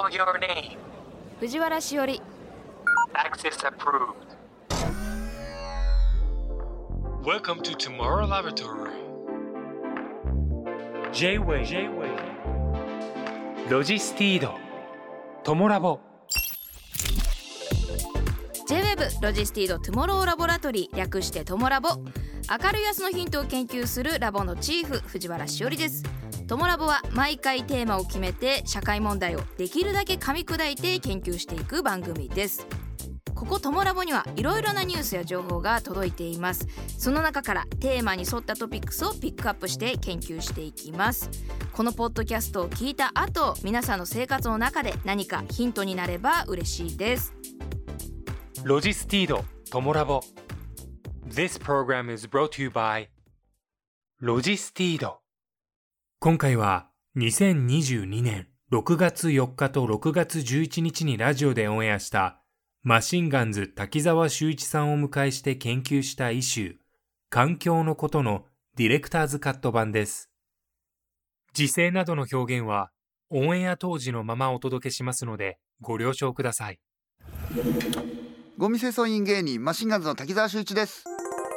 Spell your name. 藤原しおり。 Access approved. Welcome to Tomorrow Laboratory. J-Way ロジスティードトモラボ。 J-Web ロジスティードトゥモローラボラトリー、略してトモラボ。明るい明日のヒントを研究するラボのチーフ、藤原しおりです。トモラボは毎回テーマを決めて社会問題をできるだけ噛み砕いて研究していく番組です。ここトモラボにはいろいろなニュースや情報が届いています。その中からテーマに沿ったトピックスをピックアップして研究していきます。このポッドキャストを聞いた後、皆さんの生活の中で何かヒントになれば嬉しいです。 ロジスティードトモラボ。 This program is brought to you by ロジスティード。今回は2022年6月4日と6月11日にラジオでオンエアしたマシンガンズ滝沢秀一さんをお迎えして研究したイシュー、環境のことのディレクターズカット版です。時制などの表現はオンエア当時のままお届けしますのでご了承ください。 ゴミ清掃員芸人マシンガンズの滝沢秀一です。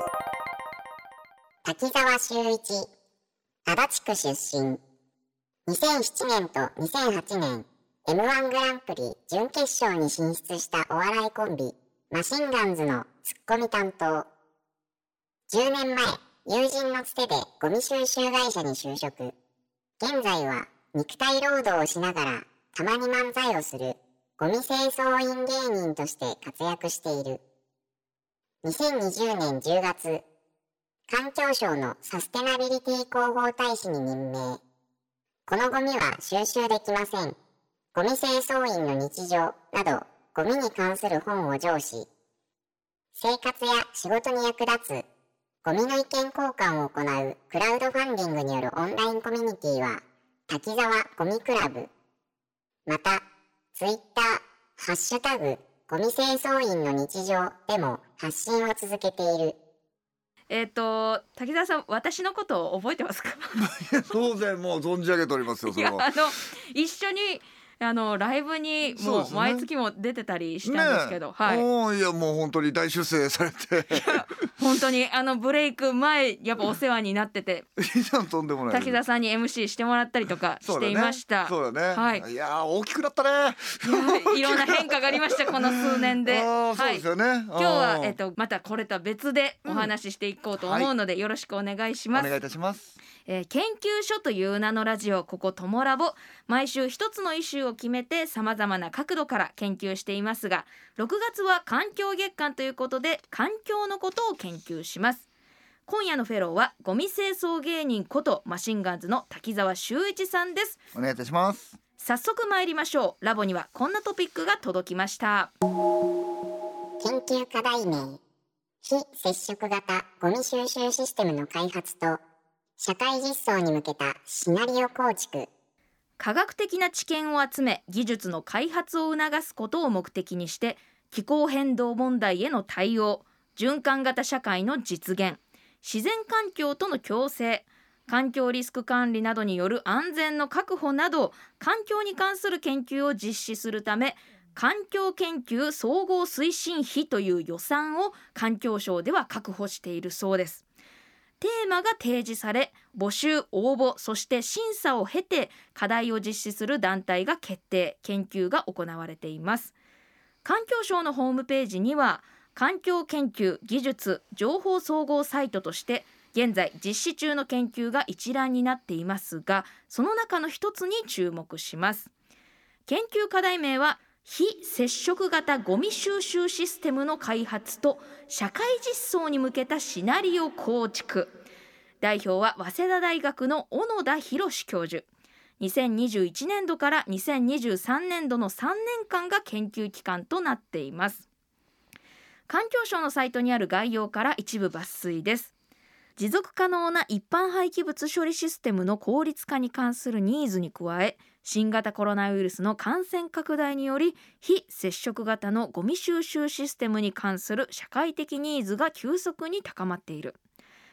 滝沢秀一、足立区出身。2007年と2008年 M1 グランプリ準決勝に進出したお笑いコンビマシンガンズのツッコミ担当。10年前、友人のつてでゴミ収集会社に就職。現在は肉体労働をしながらたまに漫才をするゴミ清掃員芸人として活躍している。2020年10月、環境省のサステナビリティ広報大使に任命。このゴミは収集できません。ゴミ清掃員の日常などゴミに関する本を上司。生活や仕事に役立つゴミの意見交換を行うクラウドファンディングによるオンラインコミュニティは滝沢ゴミクラブ。また、ツイッター、ハッシュタグゴミ清掃員の日常でも発信を続けている。 滝沢さん、私のことを覚えてますか？ 当然もう存じ上げておりますよ。それは一緒にライブにもう毎月も出てたりしたんですけど、はい。 いやもう本当に大出世されて本当にブレイク前やっぱお世話になっててとんでもない。 滝沢さんに MC してもらったりとかしていました。 そうだね。 はい。 いや大きくなったね。 いろんな変化がありましたこの数年で。 そうですよね。 今日はまたこれとは別でお話ししていこうと思うので、よろしくお願いします。 お願いいたします。 研究所という名のラジオ、ここトモラボ、毎週一つのイシューを決めて様々な角度から研究していますが、6月は環境月間ということで環境のことを研究します。今夜のフェローはゴミ清掃芸人ことマシンガンズの滝沢秀一さんです。 お願いいたします。 早速参りましょう。ラボにはこんなトピックが届きました。 研究課題名、非接触型ゴミ収集システムの開発と社会実装に向けたシナリオ構築。 科学的な知見を集め、技術の開発を促すことを目的にして、気候変動問題への対応、循環型社会の実現、自然環境との共生、環境リスク管理などによる安全の確保など、環境に関する研究を実施するため、環境研究総合推進費という予算を環境省では確保しているそうです。テーマが提示され、募集、応募、そして審査を経て課題を実施する団体が決定、研究が行われています。環境省のホームページには、環境研究技術情報総合サイトとして現在実施中の研究が一覧になっていますが、その中の一つに注目します。研究課題名は非接触型ゴミ収集システムの開発と社会実装に向けたシナリオ構築。代表は早稲田大学の小野田博教授。2021年度から2023年度の3年間が研究期間となっています。環境省のサイトにある概要から一部抜粋です。持続可能な一般廃棄物処理システムの効率化に関するニーズに加え、新型コロナウイルスの感染拡大により非接触型のゴミ収集システムに関する社会的ニーズが急速に高まっている。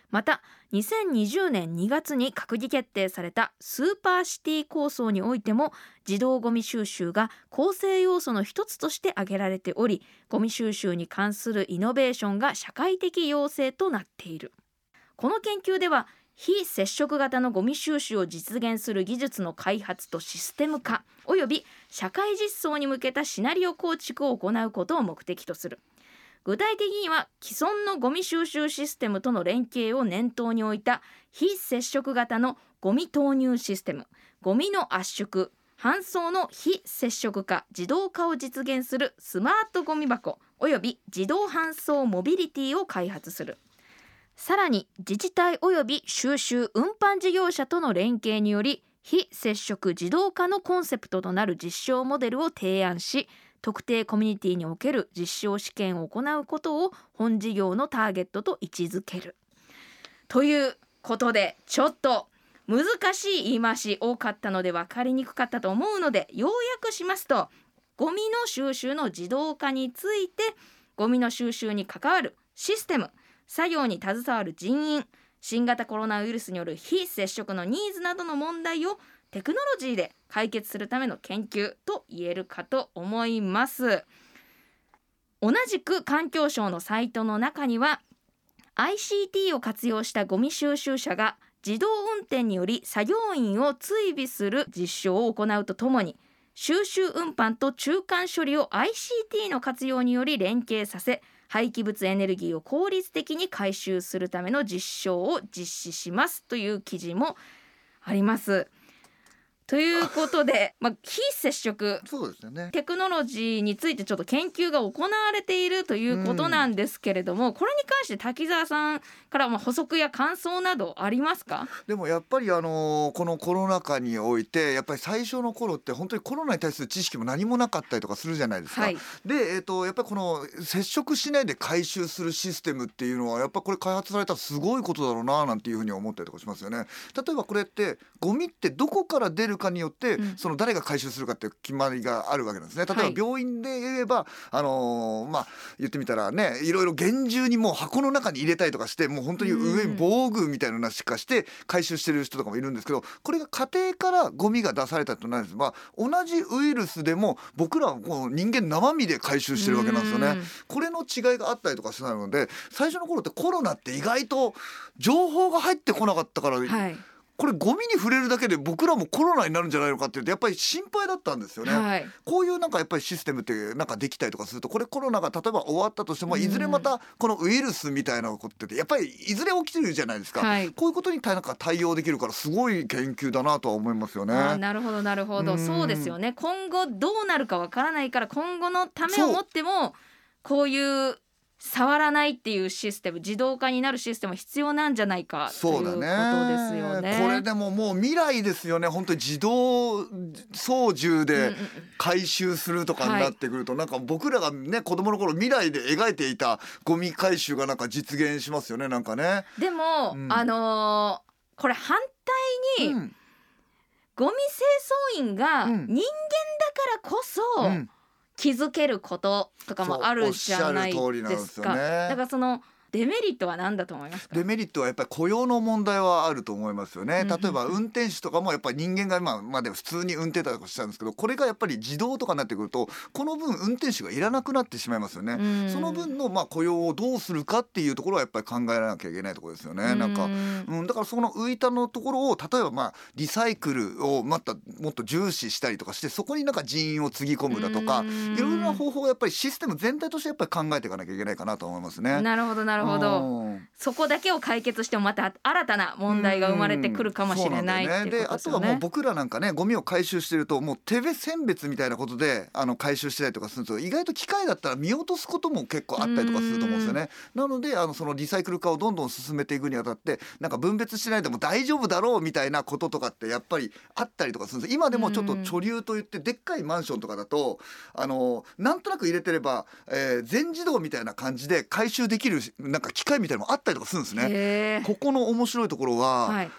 また2020年2月に閣議決定されたスーパーシティ構想においても自動ゴミ収集が構成要素の一つとして挙げられており、ゴミ収集に関するイノベーションが社会的要請となっている。この研究では非接触型のゴミ収集を実現する技術の開発とシステム化および社会実装に向けたシナリオ構築を行うことを目的とする。具体的には既存のゴミ収集システムとの連携を念頭に置いた非接触型のゴミ投入システム、ゴミの圧縮、搬送の非接触化、自動化を実現するスマートゴミ箱および自動搬送モビリティを開発する。さらに自治体および収集運搬事業者との連携により非接触自動化のコンセプトとなる実証モデルを提案し、特定コミュニティにおける実証試験を行うことを本事業のターゲットと位置づけるということで、ちょっと難しい言い回し多かったので分かりにくかったと思うので、要約しますと、ゴミの収集の自動化についてゴミの収集に関わるシステム、作業に携わる人員、新型コロナウイルスによる非接触のニーズなどの問題をテクノロジーで解決するための研究と言えるかと思います。同じく環境省のサイトの中には ICT を活用したゴミ収集車が自動運転により作業員を追尾する実証を行うとともに、収集運搬と中間処理を ICT の活用により連携させ、廃棄物エネルギーを効率的に回収するための実証を実施しますという記事もあります。ということで、非接触そうですよね。 テクノロジーについてちょっと研究が行われているということなんですけれども、これに関して滝沢さんから補足や感想などありますか？ でもやっぱりこのコロナ禍においてやっぱり最初の頃って本当にコロナに対する知識も何もなかったりとかするじゃないですか、 はい、 で、やっぱりこの接触しないで回収するシステムっていうのはやっぱこれ開発されたらすごいことだろうななんていうふうに思ったりとかしますよね。例えばこれってゴミってどこから出るかによって、その誰が回収するかっていう決まりがあるわけなんですね。例えば病院で言えば、言ってみたらね、いろいろ厳重にもう箱の中に入れたりとかして、もう本当に上に防具みたいなのしかして回収してる人とかもいるんですけど、これが家庭からゴミが出されたとなるんですが、同じウイルスでも僕らはこう人間生身で回収してるわけなんですよね。これの違いがあったりとかしたので、最初の頃ってコロナって意外と情報が入ってこなかったから、これゴミに触れるだけで僕らもコロナになるんじゃないのかっていうとやっぱり心配だったんですよね、こういうなんかやっぱりシステムってなんかできたりとかすると、これコロナが例えば終わったとしてもいずれまたこのウイルスみたいなことってやっぱりいずれ起きてるじゃないですか、こういうことになんか対応できるからすごい研究だなとは思いますよね。 なるほどなるほど、そうですよね。今後どうなるかわからないから、今後のためをもってもこういう触らないっていうシステム、自動化になるシステム必要なんじゃないかということですよね。 これでももう未来ですよね。本当に自動操縦で回収するとかになってくると、なんか僕らがね子供の頃未来で描いていたゴミ回収がなんか実現しますよね、なんかね。 でも、これ反対に、ゴミ清掃員が人間だからこそ、気づけることとかもあるじゃないですか。だからそのデメリットは何だと思いますか？ デメリットはやっぱり雇用の問題はあると思いますよね。例えば運転手とかもやっぱり人間がまで普通に運転とかしたんですけど、これがやっぱり自動とかになってくるとこの分運転手がいらなくなってしまいますよね。その分の雇用をどうするかっていうところはやっぱり考えなきゃいけないところですよね。なんか、だからその浮いたのところを例えばリサイクルをもっと重視したりとかして、そこになんか人員をつぎ込むだとか、いろいろな方法をやっぱりシステム全体としてやっぱり考えていかなきゃいけないかなと思いますね。 なるほどなるほど。そこだけを解決してもまた新たな問題が生まれてくるかもしれないっていうことですよね。 であとはもう僕らなんかね、ゴミを回収してるともう手選別みたいなことで回収したりとかすると、意外と機械だったら見落とすことも結構あったりとかすると思うんですよね。なのでそのリサイクル化をどんどん進めていくにあたって、なんか分別しないでも大丈夫だろうみたいなこととかってやっぱりあったりとかするんです。今でもちょっと貯留といってでっかいマンションとかだとなんとなく入れてれば、全自動みたいな感じで回収できるなんか機械みたいなのもあったりとかするんですね。ここの面白いところは、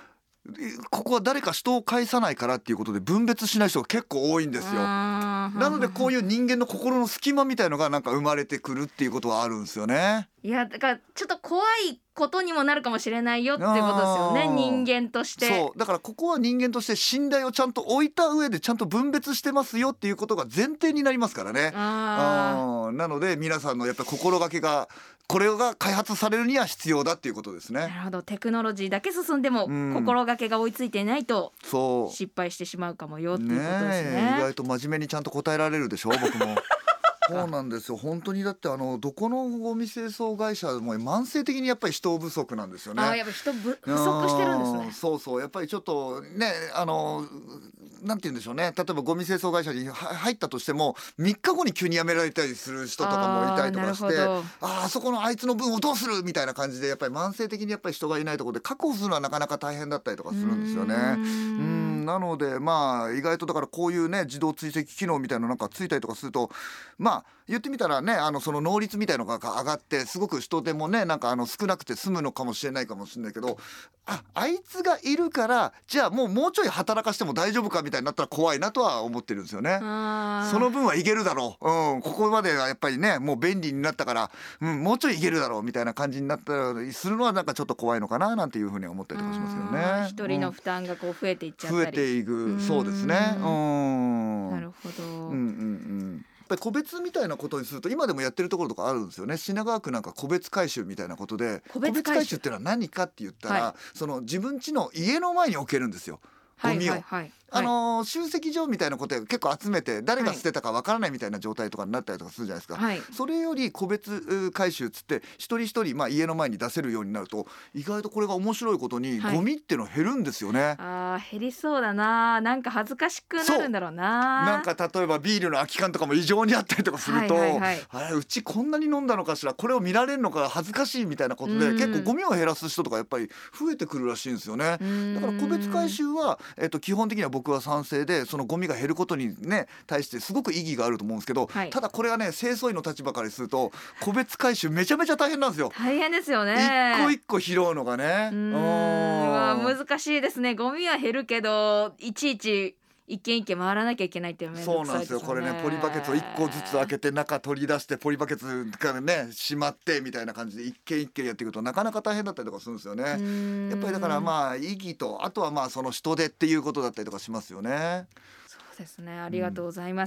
ここは誰か人を介さないからっていうことで分別しない人が結構多いんですよ。なのでこういう人間の心の隙間みたいのがなんか生まれてくるっていうことはあるんですよね。 いやだからちょっと怖いことにもなるかもしれないよっていうことですよね、人間として。 そうだからここは人間として信頼をちゃんと置いた上でちゃんと分別してますよっていうことが前提になりますからね。なので皆さんのやっぱり心がけがこれが開発されるには必要だっていうことですね。 なるほど。テクノロジーだけ進んでも心がけが追いついていないとそう失敗してしまうかもよっていうことですね。 意外と真面目にちゃんと答えられるでしょ僕も。そうなんですよ。本当にだってどこのゴミ清掃会社も慢性的にやっぱり人不足なんですよね。 やっぱ人不足してるんですね。 そうそうやっぱりちょっとねなんて言うんでしょうね。例えばゴミ清掃会社に入ったとしても3日後に急に辞められたりする人とかもいたりとかしてあそこのあいつの分をどうするみたいな感じでやっぱり慢性的にやっぱり人がいないところで確保するのはなかなか大変だったりとかするんですよね。なので意外とだからこういうね自動追跡機能みたいななんかついたりとかすると言ってみたらねその能率みたいのが上がってすごく人手もねなんか少なくて済むのかもしれないけどあいつがいるからじゃあもうちょい働かしても大丈夫かみたいになったら怖いなとは思ってるんですよね。その分はいけるだろう、ここまではやっぱりねもう便利になったから、もうちょいいけるだろうみたいな感じになったりするのはなんかちょっと怖いのかななんていうふうに思ったりとかしますよね。 一人の負担がこう増えていっちゃったり、 増えていくそうですね。 なるほど。 やっぱり個別みたいなことにすると今でもやってるところとかあるんですよね。品川区なんか個別回収みたいなことで個別回収っていうのは何かって言ったら、その自分家の家の前に置けるんですよゴミを。集積場みたいなことで結構集めて誰が捨てたかわからないみたいな状態とかになったりとかするじゃないですか。それより個別回収つって一人一人家の前に出せるようになると意外とこれが面白いことにゴミっての減るんですよね。 減りそうだな。なんか恥ずかしくなるんだろうな。 なんか例えばビールの空き缶とかも異常にあったりとかすると、うちこんなに飲んだのかしらこれを見られるのか恥ずかしいみたいなことで結構ゴミを減らす人とかやっぱり増えてくるらしいんですよね。だから個別回収は、基本的には僕は賛成でそのゴミが減ることにね対してすごく意義があると思うんですけど、ただこれはね清掃員の立場からすると個別回収めちゃめちゃ大変なんですよ。 大変ですよね。 一個一個拾うのがね。 難しいですね。ゴミは減るけどいちいち一軒一軒回らなきゃいけないっていうのはそうなんですよ。これねポリバケツを1個ずつ開けて中取り出してポリバケツからねしまってみたいな感じで一軒一軒やっていくとなかなか大変だったりとかするんですよね。やっぱりだから意義とあとはその人手っていうことだったりとかしますよね。 そうですね。ありがとうございます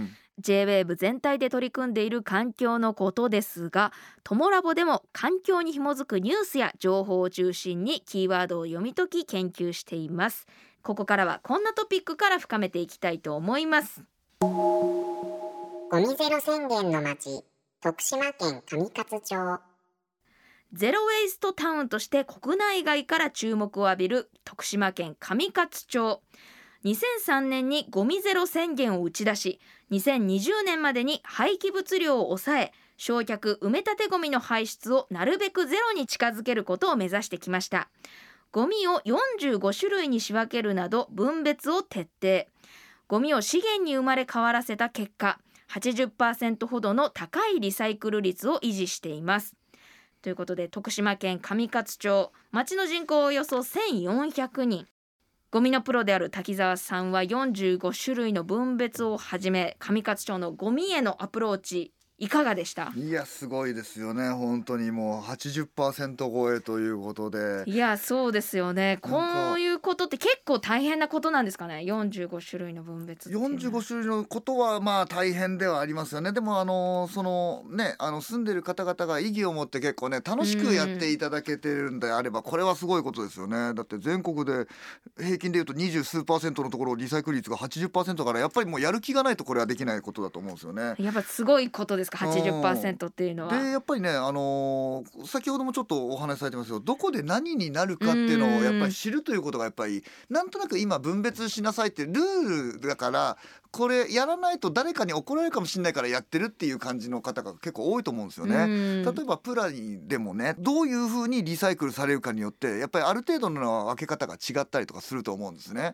。J-WAVE 全体で取り組んでいる環境のことですが、トモラボでも環境に紐づくニュースや情報を中心にキーワードを読み解き研究しています。ここからはこんなトピックから深めていきたいと思います。 ゴミゼロ宣言の町、徳島県上勝町。 ゼロウェイストタウンとして国内外から注目を浴びる徳島県上勝町。2003年にゴミゼロ宣言を打ち出し、2020年までに廃棄物量を抑え、焼却埋め立てゴミの排出をなるべくゼロに近づけることを目指してきました。ゴミを45種類に仕分けるなど分別を徹底。ゴミを資源に生まれ変わらせた結果、80% ほどの高いリサイクル率を維持しています。ということで徳島県上勝町、町の人口およそ1400人。ゴミのプロである滝沢さんは45種類の分別をはじめ上勝町のゴミへのアプローチいかがでした？ いやすごいですよね。本当にもう 80% 超えということで。 いやそうですよね。こういうことって結構大変なことなんですかね。45種類の分別って 45種類のことは大変ではありますよね。でもそのね住んでる方々が意義を持って結構ね楽しくやっていただけてるんであればこれはすごいことですよね。だって全国で平均でいうと20数%のところリサイクル率が 80% からやっぱりもうやる気がないとこれはできないことだと思うんですよね。 やっぱすごいことですか。80% っていうのは。 でやっぱりね、先ほどもちょっとお話しされてますけどどこで何になるかっていうのをやっぱり知るということがやっぱりなんとなく今分別しなさいってルールだからこれやらないと誰かに怒られるかもしれないからやってるっていう感じの方が結構多いと思うんですよね。例えばプラにでもねどういうふうにリサイクルされるかによってやっぱりある程度の分け方が違ったりとかすると思うんですね。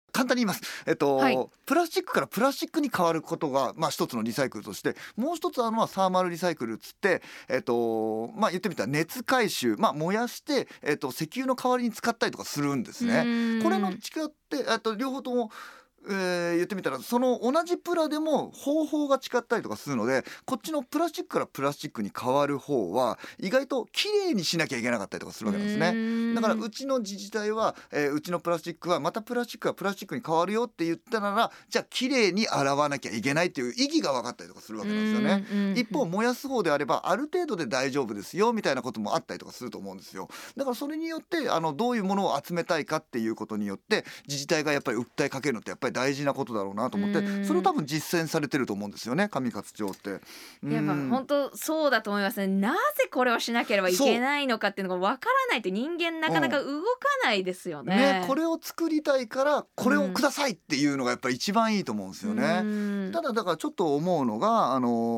簡単に言います。 はいプラスチックからプラスチックに変わることが、一つのリサイクルとして、もう一つあるのはサーマルリサイクルっつって、言ってみたら熱回収、燃やして、石油の代わりに使ったりとかするんですね。これの違って、両方とも言ってみたらその同じプラでも方法が違ったりとかするので、こっちのプラスチックからプラスチックに変わる方は意外ときれいにしなきゃいけなかったりとかするわけなんですね。だからうちの自治体は、うちのプラスチックはまたプラスチックがプラスチックに変わるよって言ったなら、じゃあきれいに洗わなきゃいけないっていう意義が分かったりとかするわけなんですよね。一方燃やす方であればある程度で大丈夫ですよみたいなこともあったりとかすると思うんですよ。だからそれによってどういうものを集めたいかっていうことによって自治体がやっぱり訴えかけるのってやっぱり大事なことだろうなと思って、それを多分実践されてると思うんですよね、上勝町って。 やっぱ本当そうだと思いますね。なぜこれをしなければいけないのかっていうのがわからないと人間なかなか動かないですよね。 これを作りたいからこれをくださいっていうのがやっぱり一番いいと思うんですよね。ただだからちょっと思うのが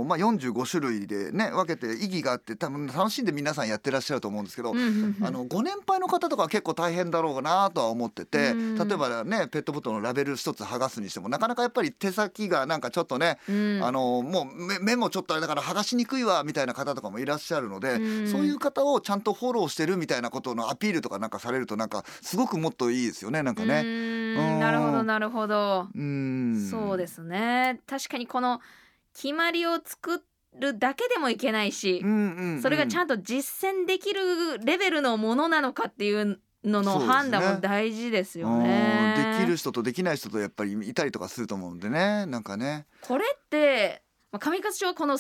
45種類でね分けて意義があって多分楽しんで皆さんやってらっしゃると思うんですけど、ご年配の方とかは結構大変だろうなとは思ってて、例えばねペットボトルのラベル一つ剥がすにしてもなかなかやっぱり手先がなんかちょっとね、もう目もちょっとあれだから剥がしにくいわみたいな方とかもいらっしゃるので、そういう方をちゃんとフォローしてるみたいなことのアピールとかなんかされるとなんかすごくもっといいですよね、なんかね。 なるほどなるほど。そうですね。確かにこの決まりを作るだけでもいけないし、それがちゃんと実践できるレベルのものなのかっていうの判断も大事ですよね。 できる人とできない人とやっぱりいたりとかすると思うんでね、なんかね。 これって上勝町はこの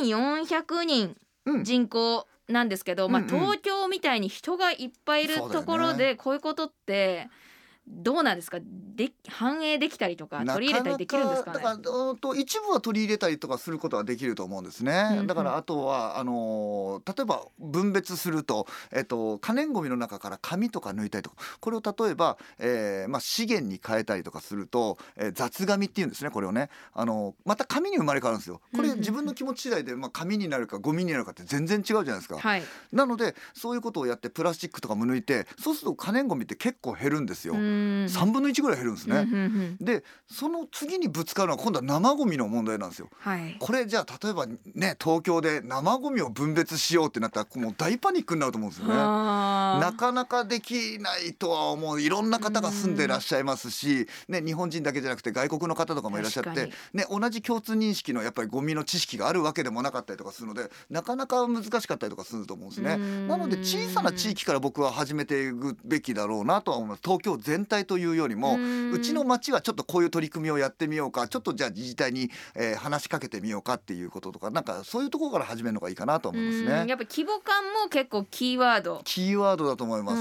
1400人人口なんですけど、東京みたいに人がいっぱいいるところでこういうことってどうなんですか。反映できたりとか取り入れたりできるんですかね。 だから一部は取り入れたりとかすることはできると思うんですね。だからあとは例えば分別すると、可燃ごみの中から紙とか抜いたりとか、これを例えば、資源に変えたりとかすると、雑紙っていうんですね。これをねまた紙に生まれ変わるんですよ。これ自分の気持ち次第で、紙になるかゴミになるかって全然違うじゃないですか。なのでそういうことをやってプラスチックとかも抜いて、そうすると可燃ごみって結構減るんですよ。3分の1ぐらい減るんですね。でその次にぶつかるのは今度は生ゴミの問題なんですよ。これじゃあ例えばね東京で生ゴミを分別しようってなったらもう大パニックになると思うんですよね。なかなかできないとは思う。いろんな方が住んでらっしゃいますし、日本人だけじゃなくて外国の方とかもいらっしゃって、同じ共通認識のやっぱりゴミの知識があるわけでもなかったりとかするので、なかなか難しかったりとかすると思うんですね。なので小さな地域から僕は始めていくべきだろうなとは思います。東京全体というよりもうちの町はちょっとこういう取り組みをやってみようか、ちょっとじゃあ自治体に、話しかけてみようかっていうこととか、なんかそういうところから始めるのがいいかなと思いますね。 やっぱ規模感も結構キーワードだと思います。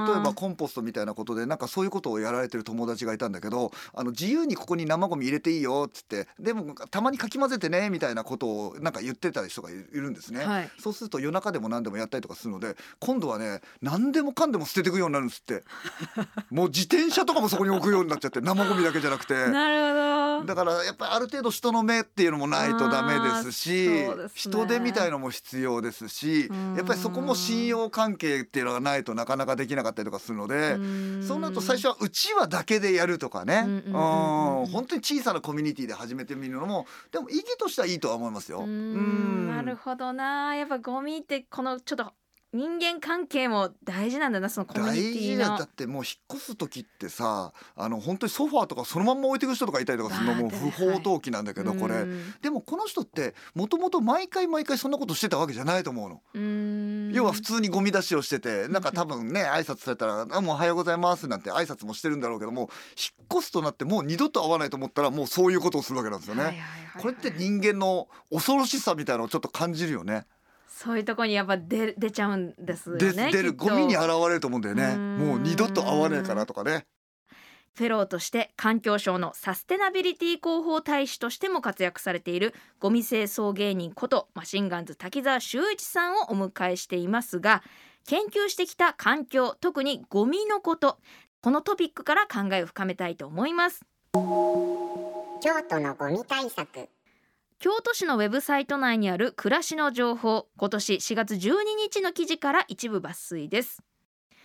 例えばコンポストみたいなことでなんかそういうことをやられてる友達がいたんだけど、自由にここに生ゴミ入れていいよっつって、でもたまにかき混ぜてねみたいなことをなんか言ってた人がいるんですね。そうすると夜中でも何でもやったりとかするので、今度はね何でもかんでも捨てていくようになるんですってもう自転車とかもそこに置くようになっちゃって、生ゴミだけじゃなくてなるほど。 だからやっぱりある程度人の目っていうのもないとダメですし、人手みたいのも必要ですし、やっぱりそこも信用関係っていうのがないとなかなかできなかったりとかするので、そうなると最初はうちわだけでやるとかね、本当に小さなコミュニティで始めてみるのもでも意義としてはいいとは思いますよ。 なるほどな。やっぱゴミってこのちょっと人間関係も大事なんだな、そのコミュニティの。 大事だってもう引っ越す時ってさ本当にソファーとかそのまんま置いてくる人とかいたりとかするのも不法投棄なんだけど、これでもこの人ってもともと毎回そんなことしてたわけじゃないと思うの。要は普通にゴミ出しをしてて、なんか多分ね挨拶されたらもうおはようございますなんて挨拶もしてるんだろうけども、引っ越すとなってもう二度と会わないと思ったらもうそういうことをするわけなんですよね。これって人間の恐ろしさみたいなのをちょっと感じるよね。 そういうところにやっぱ出ちゃうんですよね。 出るゴミに現れると思うんだよね。もう二度と会わねえかなとかね。 フェローとして環境省のサステナビリティ広報大使としても活躍されているゴミ清掃芸人ことマシンガンズ滝沢秀一さんをお迎えしていますが、研究してきた環境、特にゴミのこと、このトピックから考えを深めたいと思います。 京都のゴミ対策。 京都市のウェブサイト内にある暮らしの情報、今年4月12日の記事から一部抜粋です。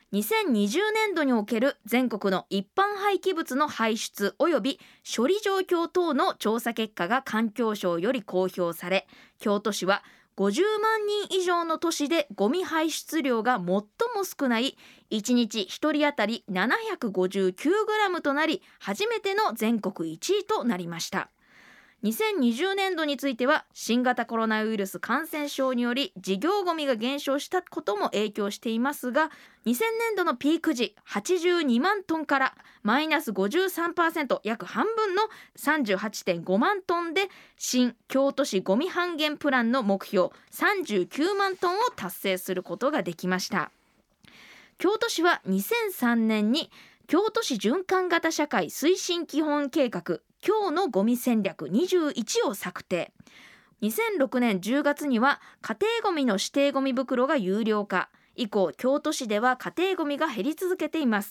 2020年度における全国の一般廃棄物の排出及び処理状況等の調査結果が環境省より公表され、京都市は50万人以上の都市でゴミ排出量が最も少ない1日1人当たり 759g となり、初めての全国1位となりました。2020年度については新型コロナウイルス感染症により事業ゴミが減少したことも影響していますが、2000年度のピーク時82万トンからマイナス 53%、 約半分の 38.5 万トンで新京都市ゴミ半減プランの目標39万トンを達成することができました。京都市は2003年に京都市循環型社会推進基本計画今日のゴミ戦略21を策定。2006年10月には家庭ゴミの指定ゴミ袋が有料化以降、京都市では家庭ゴミが減り続けています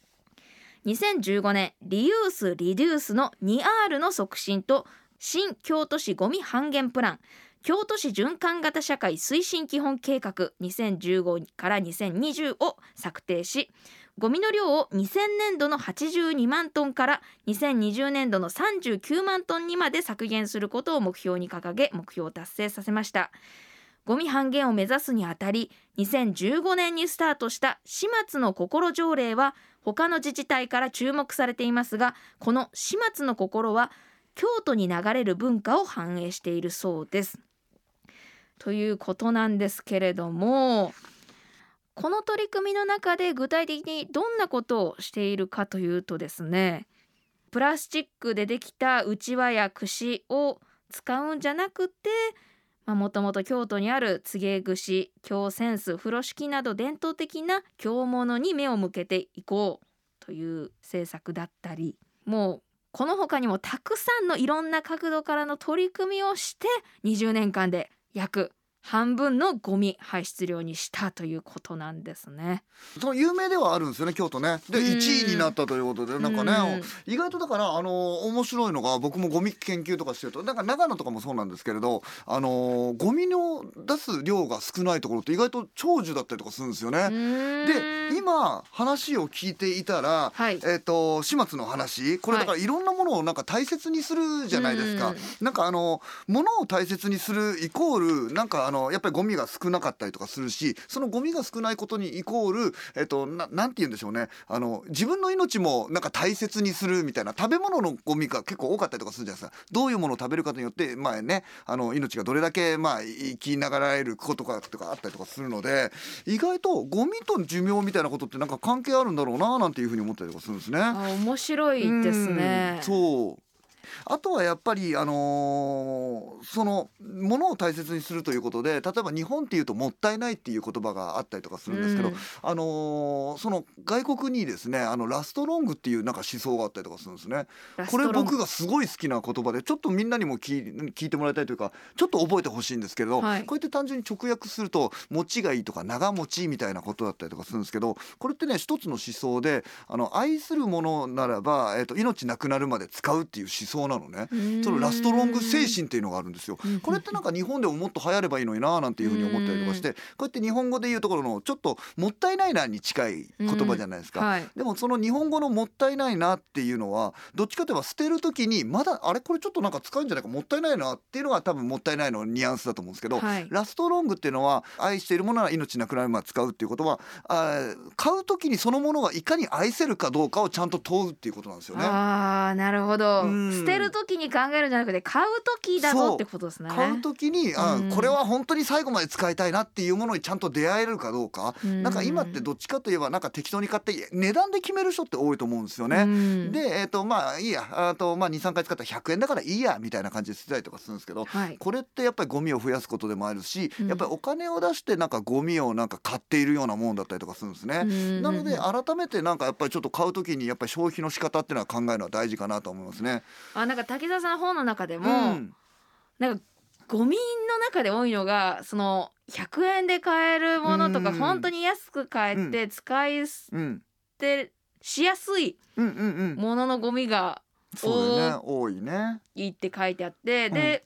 。2015年リユース・リデュースの 2R の促進と新京都市ゴミ半減プラン京都市循環型社会推進基本計画2015から2020を策定し、ゴミの量を2000年度の82万トンから2020年度の39万トンにまで削減することを目標に掲げ、目標を達成させました。ゴミ半減を目指すにあたり、2015年にスタートした始末の心条例は他の自治体から注目されていますが、この始末の心は京都に流れる文化を反映しているそうです。ということなんですけれども、この取り組みの中で具体的にどんなことをしているかというとですね、プラスチックでできたうちわや串を使うんじゃなくて、もともと京都にある告げ串、京扇子、風呂敷など伝統的な京物に目を向けていこうという政策だったり、もうこの他にもたくさんのいろんな角度からの取り組みをして20年間で約半分のゴミ排出量にしたということなんですね。 その有名ではあるんですよね、京都ね。で1位になったということで、なんかね、意外とだから面白いのが、僕もゴミ研究とかしてると、なんか長野とかもそうなんですけれど、ゴミの出す量が少ないところって意外と長寿だったりとかするんですよね。で今話を聞いていたら、 はい、 始末の話、これだからいろんなものをなんか大切にするじゃないですか。なんか物を大切にするイコールなんかやっぱりゴミが少なかったりとかするし、そのゴミが少ないことにイコール、なんて言うんでしょうね、自分の命もなんか大切にするみたいな、食べ物のゴミが結構多かったりとかするじゃないですか。どういうものを食べるかによってね、命がどれだけ生きながらえることかとかあったりとかするので、意外とゴミと寿命みたいなことってなんか関係あるんだろうななんていうふうに思ったりとかするんですね。 面白いですね。 そうあとはやっぱり、そのものを大切にするということで、例えば日本っていうともったいないっていう言葉があったりとかするんですけど、その外国にですねラストロングっていうなんか思想があったりとかするんですね。これ僕がすごい好きな言葉で、ちょっとみんなにも聞いてもらいたいというか、ちょっと覚えてほしいんですけど、 はい、 こうやって単純に直訳すると持ちがいいとか長持ちみたいなことだったりとかするんですけど、これってね一つの思想で、愛するものならば、命なくなるまで使うっていう思想なのね。そのラストロング精神っていうのがあるんですよ。これってなんか日本でももっと流行ればいいのにななんていうふうに思ったりとかして、こうやって日本語で言うところのちょっともったいないなに近い言葉じゃないですか、 はい、 でもその日本語のもったいないなっていうのはどっちかといえば捨てる時にまだこれちょっとなんか使うんじゃないか、もったいないなっていうのが多分もったいないのニュアンスだと思うんですけど、 はい、 ラストロングっていうのは愛しているものは命なくなるまで使うっていうことは、買う時にそのものがいかに愛せるかどうかをちゃんと問うっていうことなんですよね。 なるほど。捨てる時に考えるんじゃなくて買う時だぞってことですね。 買う時にこれは本当に最後まで使いたいなっていうものにちゃんと出会えるかどうか、なんか今ってどっちかといえばなんか適当に買って値段で決める人って多いと思うんですよね。でいいや2,3 回使ったら100円だからいいやみたいな感じで捨てたりとかするんですけど、 はい、 これってやっぱりゴミを増やすことでもあるし、やっぱりお金を出してなんかゴミをなんか買っているようなもんだったりとかするんですね。なので改めてなんかやっぱりちょっと買う時にやっぱり消費の仕方っていうのは考えるのは大事かなと思いますね。 なんか滝沢さんの本の中でも、なんかゴミの中で多いのがその100円で買えるものとか、本当に安く買えて使い捨てしやすいもののゴミが多いって書いてあって、で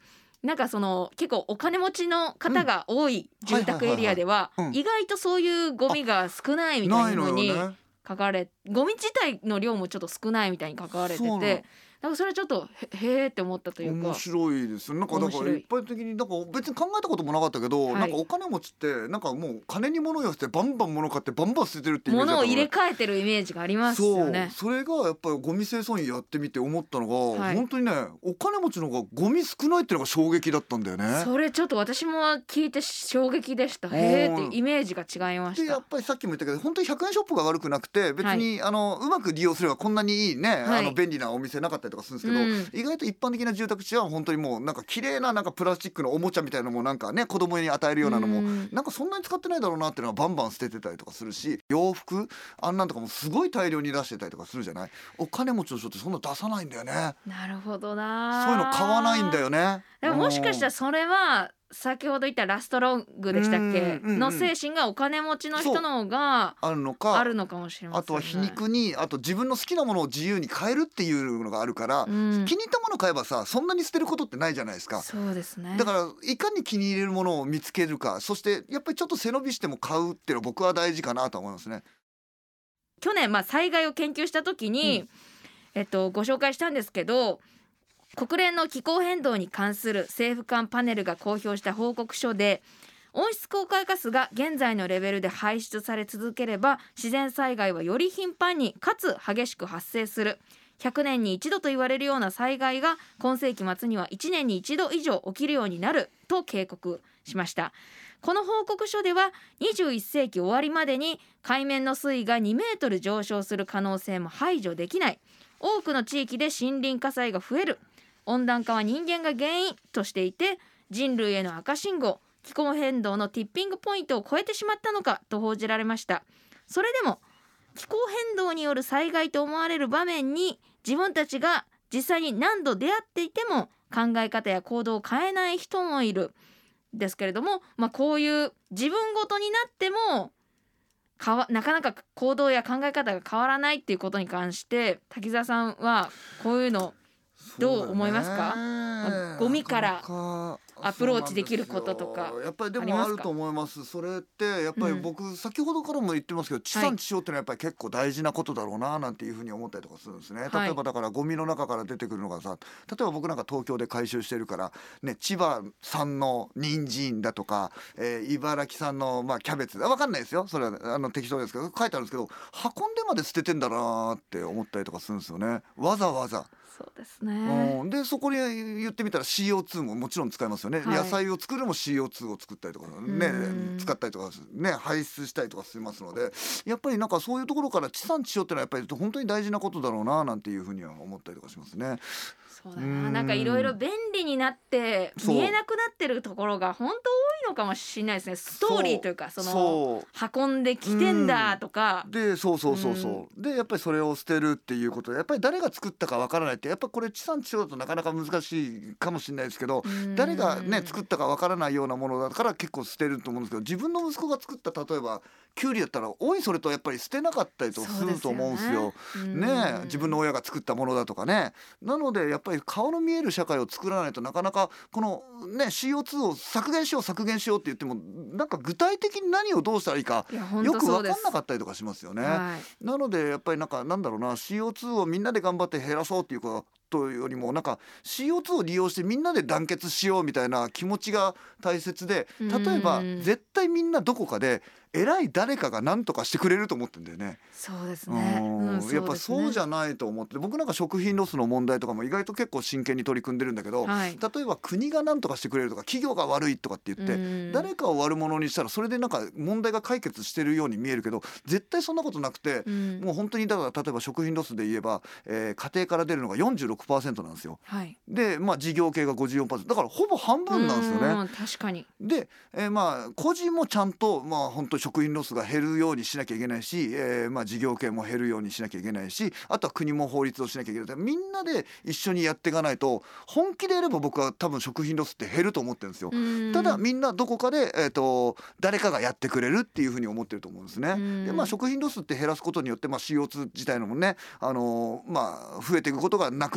なんかその結構お金持ちの方が多い住宅エリアでははいはいはいはい意外とそういうゴミが少ないみたないいのな風によね。 書かれ、ゴミ自体の量もちょっと少ないみたいに書かれてそうなのて、なんかそれちょっとへーって思ったというか。 面白いですよ。なんかだから面白い一般的になんか別に考えたこともなかったけど、 はいなんかお金持ちってなんかもう金に物を寄せてバンバン物買ってバンバン捨ててるっていうイメージだったの物を入れ替えてるイメージがありますよね。 それがやっぱりゴミ清掃員やってみて思ったのが、 はい本当にねお金持ちの方がゴミ少ないっていうのが衝撃だったんだよね。 それちょっと私も聞いて衝撃でした。へーっていうイメージが違いましたでやっ。ぱりさっきも言ったけど本当に100円ショップが悪くなくて別に、うまく利用すればこんなにいいね、 はい便利なお店なかったりとかするんですけど、意外と一般的な住宅地は本当にもうなんか綺麗ななんかプラスチックのおもちゃみたいなのもなんかね子供に与えるようなのもなんかそんなに使ってないだろうなっていうのはバンバン捨ててたりとかするし、洋服あんなんとかもすごい大量に出してたりとかするじゃない。お金持ちの人ってそんな出さないんだよね。 なるほどな。 そういうの買わないんだよね。 でももしかしたらそれは先ほど言ったラストロングでしたっけの精神がお金持ちの人の方があるのかあるのかもしれませんね。 あとは皮肉にあと自分の好きなものを自由に買えるっていうのがあるから、気に入ったもの買えばさそんなに捨てることってないじゃないですか。 そうですね。 だからいかに気に入れるものを見つけるか、そしてやっぱりちょっと背伸びしても買うっていうのは僕は大事かなと思いますね。 去年災害を研究した時に、ご紹介したんですけど、国連の気候変動に関する政府間パネルが公表した報告書で、温室効果ガスが現在のレベルで排出され続ければ自然災害はより頻繁にかつ激しく発生する。100年に一度と言われるような災害が今世紀末には1年に一度以上起きるようになると警告しました。この報告書では21世紀終わりまでに海面の水位が2メートル上昇する可能性も排除できない。多くの地域で森林火災が増える。温暖化は人間が原因としていて、人類への赤信号、気候変動のティッピングポイントを超えてしまったのかと報じられました。それでも気候変動による災害と思われる場面に自分たちが実際に何度出会っていても考え方や行動を変えない人もいるですけれども、こういう自分ごとになってもなかなか行動や考え方が変わらないっていうことに関して滝沢さんはこういうのどう思いますか？ゴミからアプローチできることとかやっぱりでもあると思います。それってやっぱり僕、先ほどからも言ってますけど地産地消ってのはやっぱり結構大事なことだろうななんていうふうに思ったりとかするんですね。例えばだからゴミの中から出てくるのがさ、例えば僕なんか東京で回収してるからね、千葉産の人参だとか、茨城産のキャベツわかんないですよ、それは適当ですけど書いてあるんですけど、運んでまで捨ててんだなって思ったりとかするんですよね、わざわざ。 そうですね。 でそこに言ってみたら CO2 ももちろん使いますよね、野菜を作るも CO2 を作ったりとかね、使ったりとかね排出したりとかしますので、やっぱりなんかそういうところから地産地消ってのはやっぱり本当に大事なことだろうななんていうふうには思ったりとかしますね。 そうだな、なんかいろいろ便利になって見えなくなってるところが本当多いのかもしれないですね。ストーリーというかその運んできてんだとかでそうでやっぱりそれを捨てるっていうことでやっぱり誰が作ったかわからないって、やっぱこれ地産地消だとなかなか難しいかもしれないですけど、誰がね作ったかわからないようなものだから結構捨てると思うんですけど、自分の息子が作った例えばキュウリだったらおいそれとやっぱり捨てなかったりとすると思うんですよ。ね、自分の親が作ったものだとかね。なのでやっぱり顔の見える社会を作らないとなかなかこのね CO2 を削減しようって言ってもなんか具体的に何をどうしたらいいかよく分かんなかったりとかしますよね。なのでやっぱりなんだろうな CO2 をみんなで頑張って減らそうっていうことよりもなんか CO2 を利用してみんなで団結しようみたいな気持ちが大切で、例えば絶対みんなどこかで偉い誰かが何とかしてくれると思ってんだよね。 そうですね、 やっぱそうじゃないと思って、僕なんか食品ロスの問題とかも意外と結構真剣に取り組んでるんだけど、例えば国が何とかしてくれるとか企業が悪いとかって言って誰かを悪者にしたらそれでなんか問題が解決してるように見えるけど、絶対そんなことなくて、もう本当にだから例えば食品ロスで言えば、家庭から出るのが 46% なんですよ。で事業系が 54%だからほぼ半分なんですよね。 確かに。 で、個人もちゃんと本当に食品ロスが減るようにしなきゃいけないし、事業系も減るようにしなきゃいけないし、あとは国も法律をしなきゃいけない。みんなで一緒にやっていかないと本気でやれば僕は多分食品ロスって減ると思ってるんですよ。ただみんなどこかで、誰かがやってくれるっていうふうに思ってると思うんですね。で食品ロスって減らすことによって、CO2 自体のもね増えていくことがなくな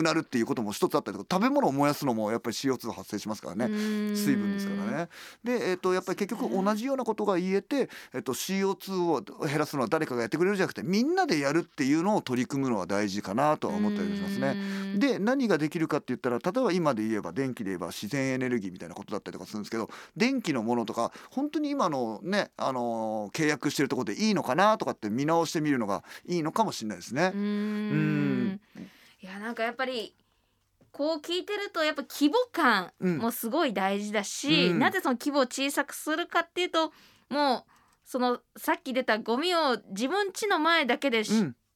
なるっていうことも一つあったりとか、食べ物を燃やすのもやっぱり CO2 発生しますからね、水分ですからね。で、やっぱり結局同じようなことが言えて、CO2 を減らすのは誰かがやってくれるじゃなくてみんなでやるっていうのを取り組むのは大事かなとは思ったりしますね。で、何ができるかって言ったら、例えば今で言えば電気で言えば自然エネルギーみたいなことだったりとかするんですけど、電気のものとか本当に今のね、契約してるところでいいのかなとかって見直してみるのがいいのかもしれないですね。 いや、なんかやっぱりこう聞いてるとやっぱ規模感もすごい大事だし、なぜその規模を小さくするかっていうと、もうそのさっき出たゴミを自分家の前だけで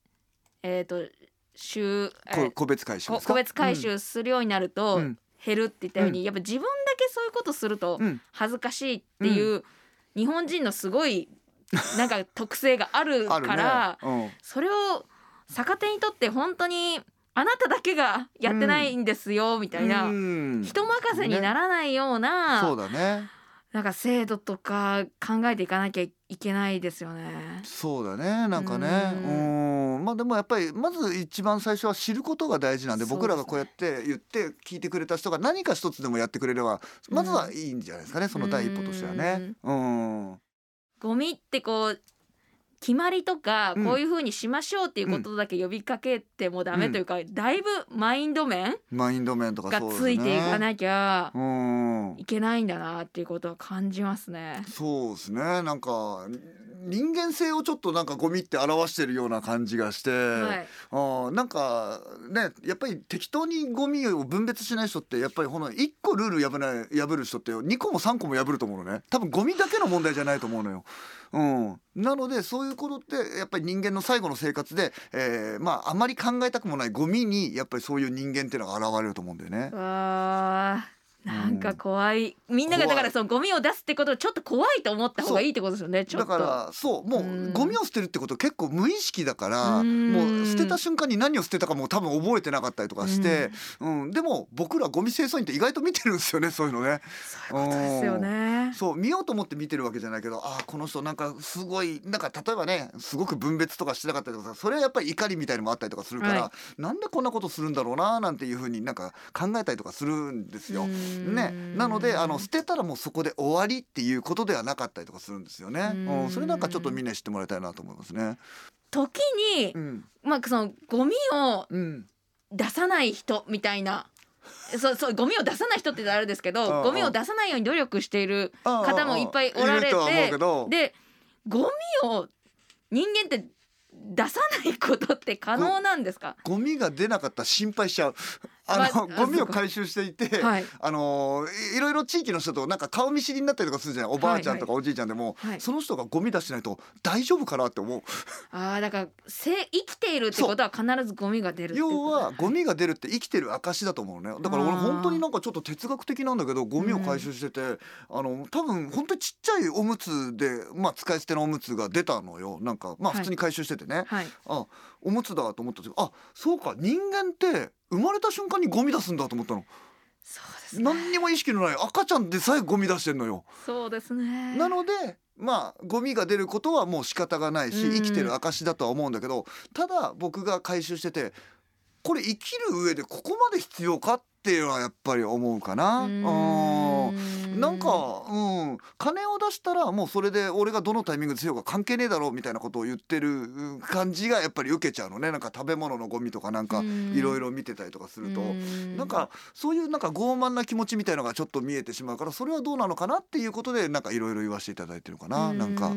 個別回収ですか。 個別回収するようになると減るって言ったように、やっぱ自分だけそういうことすると恥ずかしいっていう、日本人のすごいなんか特性があるからそれを逆手にとって本当にあなただけがやってないんですよみたいな、人任せにならないような、 そうだね、 なんか制度とか考えていかなきゃいけないですよね。 そうだね、なんかね、まあでもやっぱりまず一番最初は知ることが大事なんで、僕らがこうやって言って聞いてくれた人が何か一つでもやってくれればまずはいいんじゃないですかね、その第一歩としてはね。 ゴミってこう決まりとかこういう風にしましょうっていうことだけ呼びかけてもダメというか、だいぶマインド面とかがついていかなきゃいけないんだなっていうことは感じますね。 そうですね、なんか人間性をちょっとなんかゴミって表してるような感じがして、なんかね、やっぱり適当にゴミを分別しない人ってやっぱり1個ルール破る人って2個も3個も破ると思うのね。多分ゴミだけの問題じゃないと思うのよ。なのでそういうことってやっぱり人間の最後の生活で、あまり考えたくもないゴミにやっぱりそういう人間っていうのが現れると思うんだよね。 なんか怖い、みんながだからそのゴミを出すってことをちょっと怖いと思った方がいいってことですよね。ちょっとだからそう、もうゴミを捨てるってこと結構無意識だから、もう捨てた瞬間に何を捨てたかも多分覚えてなかったりとかして、でも僕らゴミ清掃員って意外と見てるんですよね、そういうのね。 そういうことですよね。 そう見ようと思って見てるわけじゃないけど、この人なんかすごいなんか例えばね、すごく分別とかしてなかったりとか、それはやっぱり怒りみたいのもあったりとかするから、なんでこんなことするんだろうななんていうふうになんか考えたりとかするんですよね。なので捨てたらもうそこで終わりっていうことではなかったりとかするんですよね。それなんかちょっとみんな知ってもらいたいなと思いますね。 時に、そのゴミを出さない人みたいな、そうゴミを出さない人ってあれですけど、ゴミを出さないように努力している方もいっぱいおられて、でゴミを人間って出さないことって可能なんですか？ ゴミが出なかったら心配しちゃう。ゴミを回収していて、いろいろ地域の人となんか顔見知りになったりとかするじゃない、おばあちゃんとかおじいちゃんでも、その人がゴミ出してないと大丈夫かなって思う。 だから生きているってことは必ずゴミが出るってこと、 要はゴミが出るって生きてる証だと思うね。だから俺本当になんかちょっと哲学的なんだけど、ゴミを回収してて、多分本当にちっちゃいおむつで、使い捨てのおむつが出たのよ。なんか普通に回収しててね、おむつだと思った時、そうか、人間って生まれた瞬間にゴミ出すんだと思ったの。 そうですね、 何にも意識のない赤ちゃんでさえゴミ出してんのよ。 そうですね。 なのでゴミが出ることはもう仕方がないし、生きてる証だとは思うんだけど、ただ僕が回収してて、これ生きる上でここまで必要かっていうのはやっぱり思うかな。なんか、金を出したらもうそれで俺がどのタイミングで強いか関係ねえだろうみたいなことを言ってる感じがやっぱり受けちゃうのね。なんか食べ物のゴミとかなんかいろいろ見てたりとかすると、なんかそういうなんか傲慢な気持ちみたいのがちょっと見えてしまうから、それはどうなのかなっていうことでなんかいろいろ言わせていただいてるかな。なんか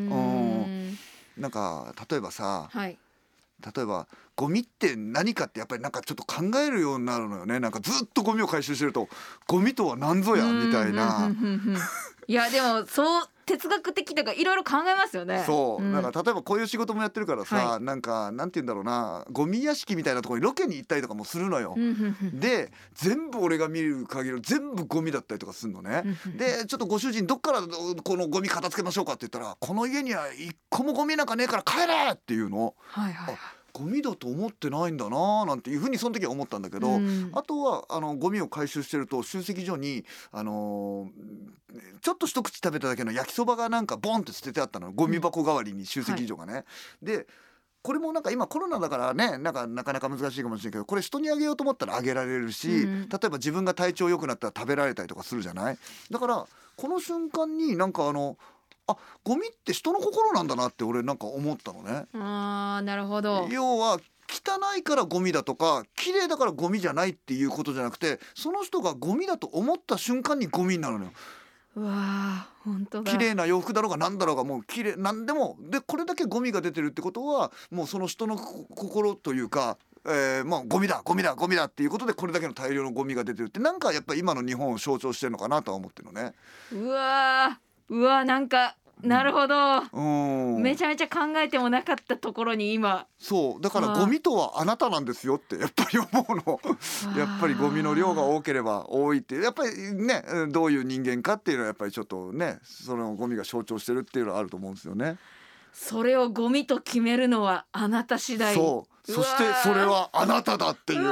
例えばさ、例えばゴミって何かってやっぱりなんかちょっと考えるようになるのよね。なんかずっとゴミを回収してると、ゴミとは何ぞやみたいな。 いやでもそう哲学的とかいろいろ考えますよね。 そう、なんか例えばこういう仕事もやってるからさ、なんかなんて言うんだろうな、ゴミ屋敷みたいなところにロケに行ったりとかもするのよ。で全部俺が見る限り全部ゴミだったりとかするのね。でちょっとご主人どっからこのゴミ片付けましょうかって言ったら、この家には一個もゴミなんかねえから帰れっていうの。ゴミだと思ってないんだななんていうふうにその時は思ったんだけど、あとはゴミを回収してると集積所にちょっと一口食べただけの焼きそばがなんかボンって捨ててあったの、ゴミ箱代わりに集積所がね。でこれもなんか今コロナだからね、なかなか難しいかもしれないけど、これ人にあげようと思ったらあげられるし、 うん例えば自分が体調良くなったら食べられたりとかするじゃない。だからこの瞬間になんかゴミって人の心なんだなって俺なんか思ったのね。 あー、なるほど。 要は汚いからゴミだとか綺麗だからゴミじゃないっていうことじゃなくて、その人がゴミだと思った瞬間にゴミになるのよ。 うわー、本当だ。 綺麗な洋服だろうが何だろうが、もう綺麗なんでもで、これだけゴミが出てるってことはもうその人の心というか、まあゴミだゴミだゴミだっていうことでこれだけの大量のゴミが出てるって、なんかやっぱり今の日本を象徴してるのかなとは思ってるのね。 うわー、なんかなるほど、めちゃゃめちゃ考えてもなかったところに今。 そうだからゴミとはあなたなんですよってやっぱり思うのやっぱりゴミの量が多ければ多いって、やっぱりね、どういう人間かっていうのはやっぱりちょっとね、そのゴミが象徴してるっていうのはあると思うんですよね。 それをゴミと決めるのはあなた次第。 そうそしてそれはあなただっていう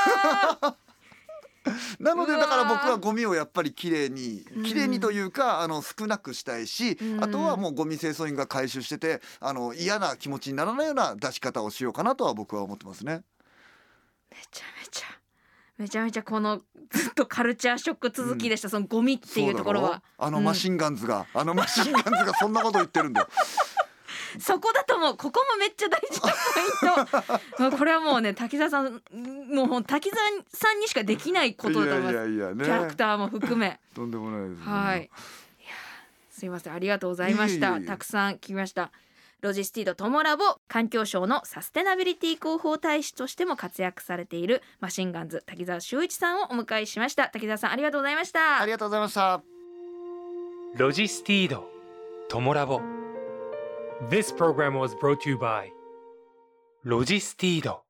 なのでだから僕はゴミをやっぱりきれいにというか少なくしたいし、あとはもうゴミ清掃員が回収してて嫌な気持ちにならないような出し方をしようかなとは僕は思ってますね。 めちゃめちゃこのずっとカルチャーショック続きでした、そのゴミっていうところは。 マシンガンズがそんなこと言ってるんだよそこだと思う。ここもめっちゃ大事なポイントこれはもうね、滝沢さんもう滝沢さんにしかできないことだと思います。 いや、ね、 キャラクターも含めとんでもないです、ね、 はい。いや、すいません、ありがとうございました。 いえたくさん聞きました。ロジスティードトモラボ、環境省のサステナビリティ広報大使としても活躍されているマシンガンズ滝沢秀一さんをお迎えしました。滝沢さん、ありがとうございました。 ありがとうございました。 ロジスティードトモラボ。This program was brought to you by ロジスティード。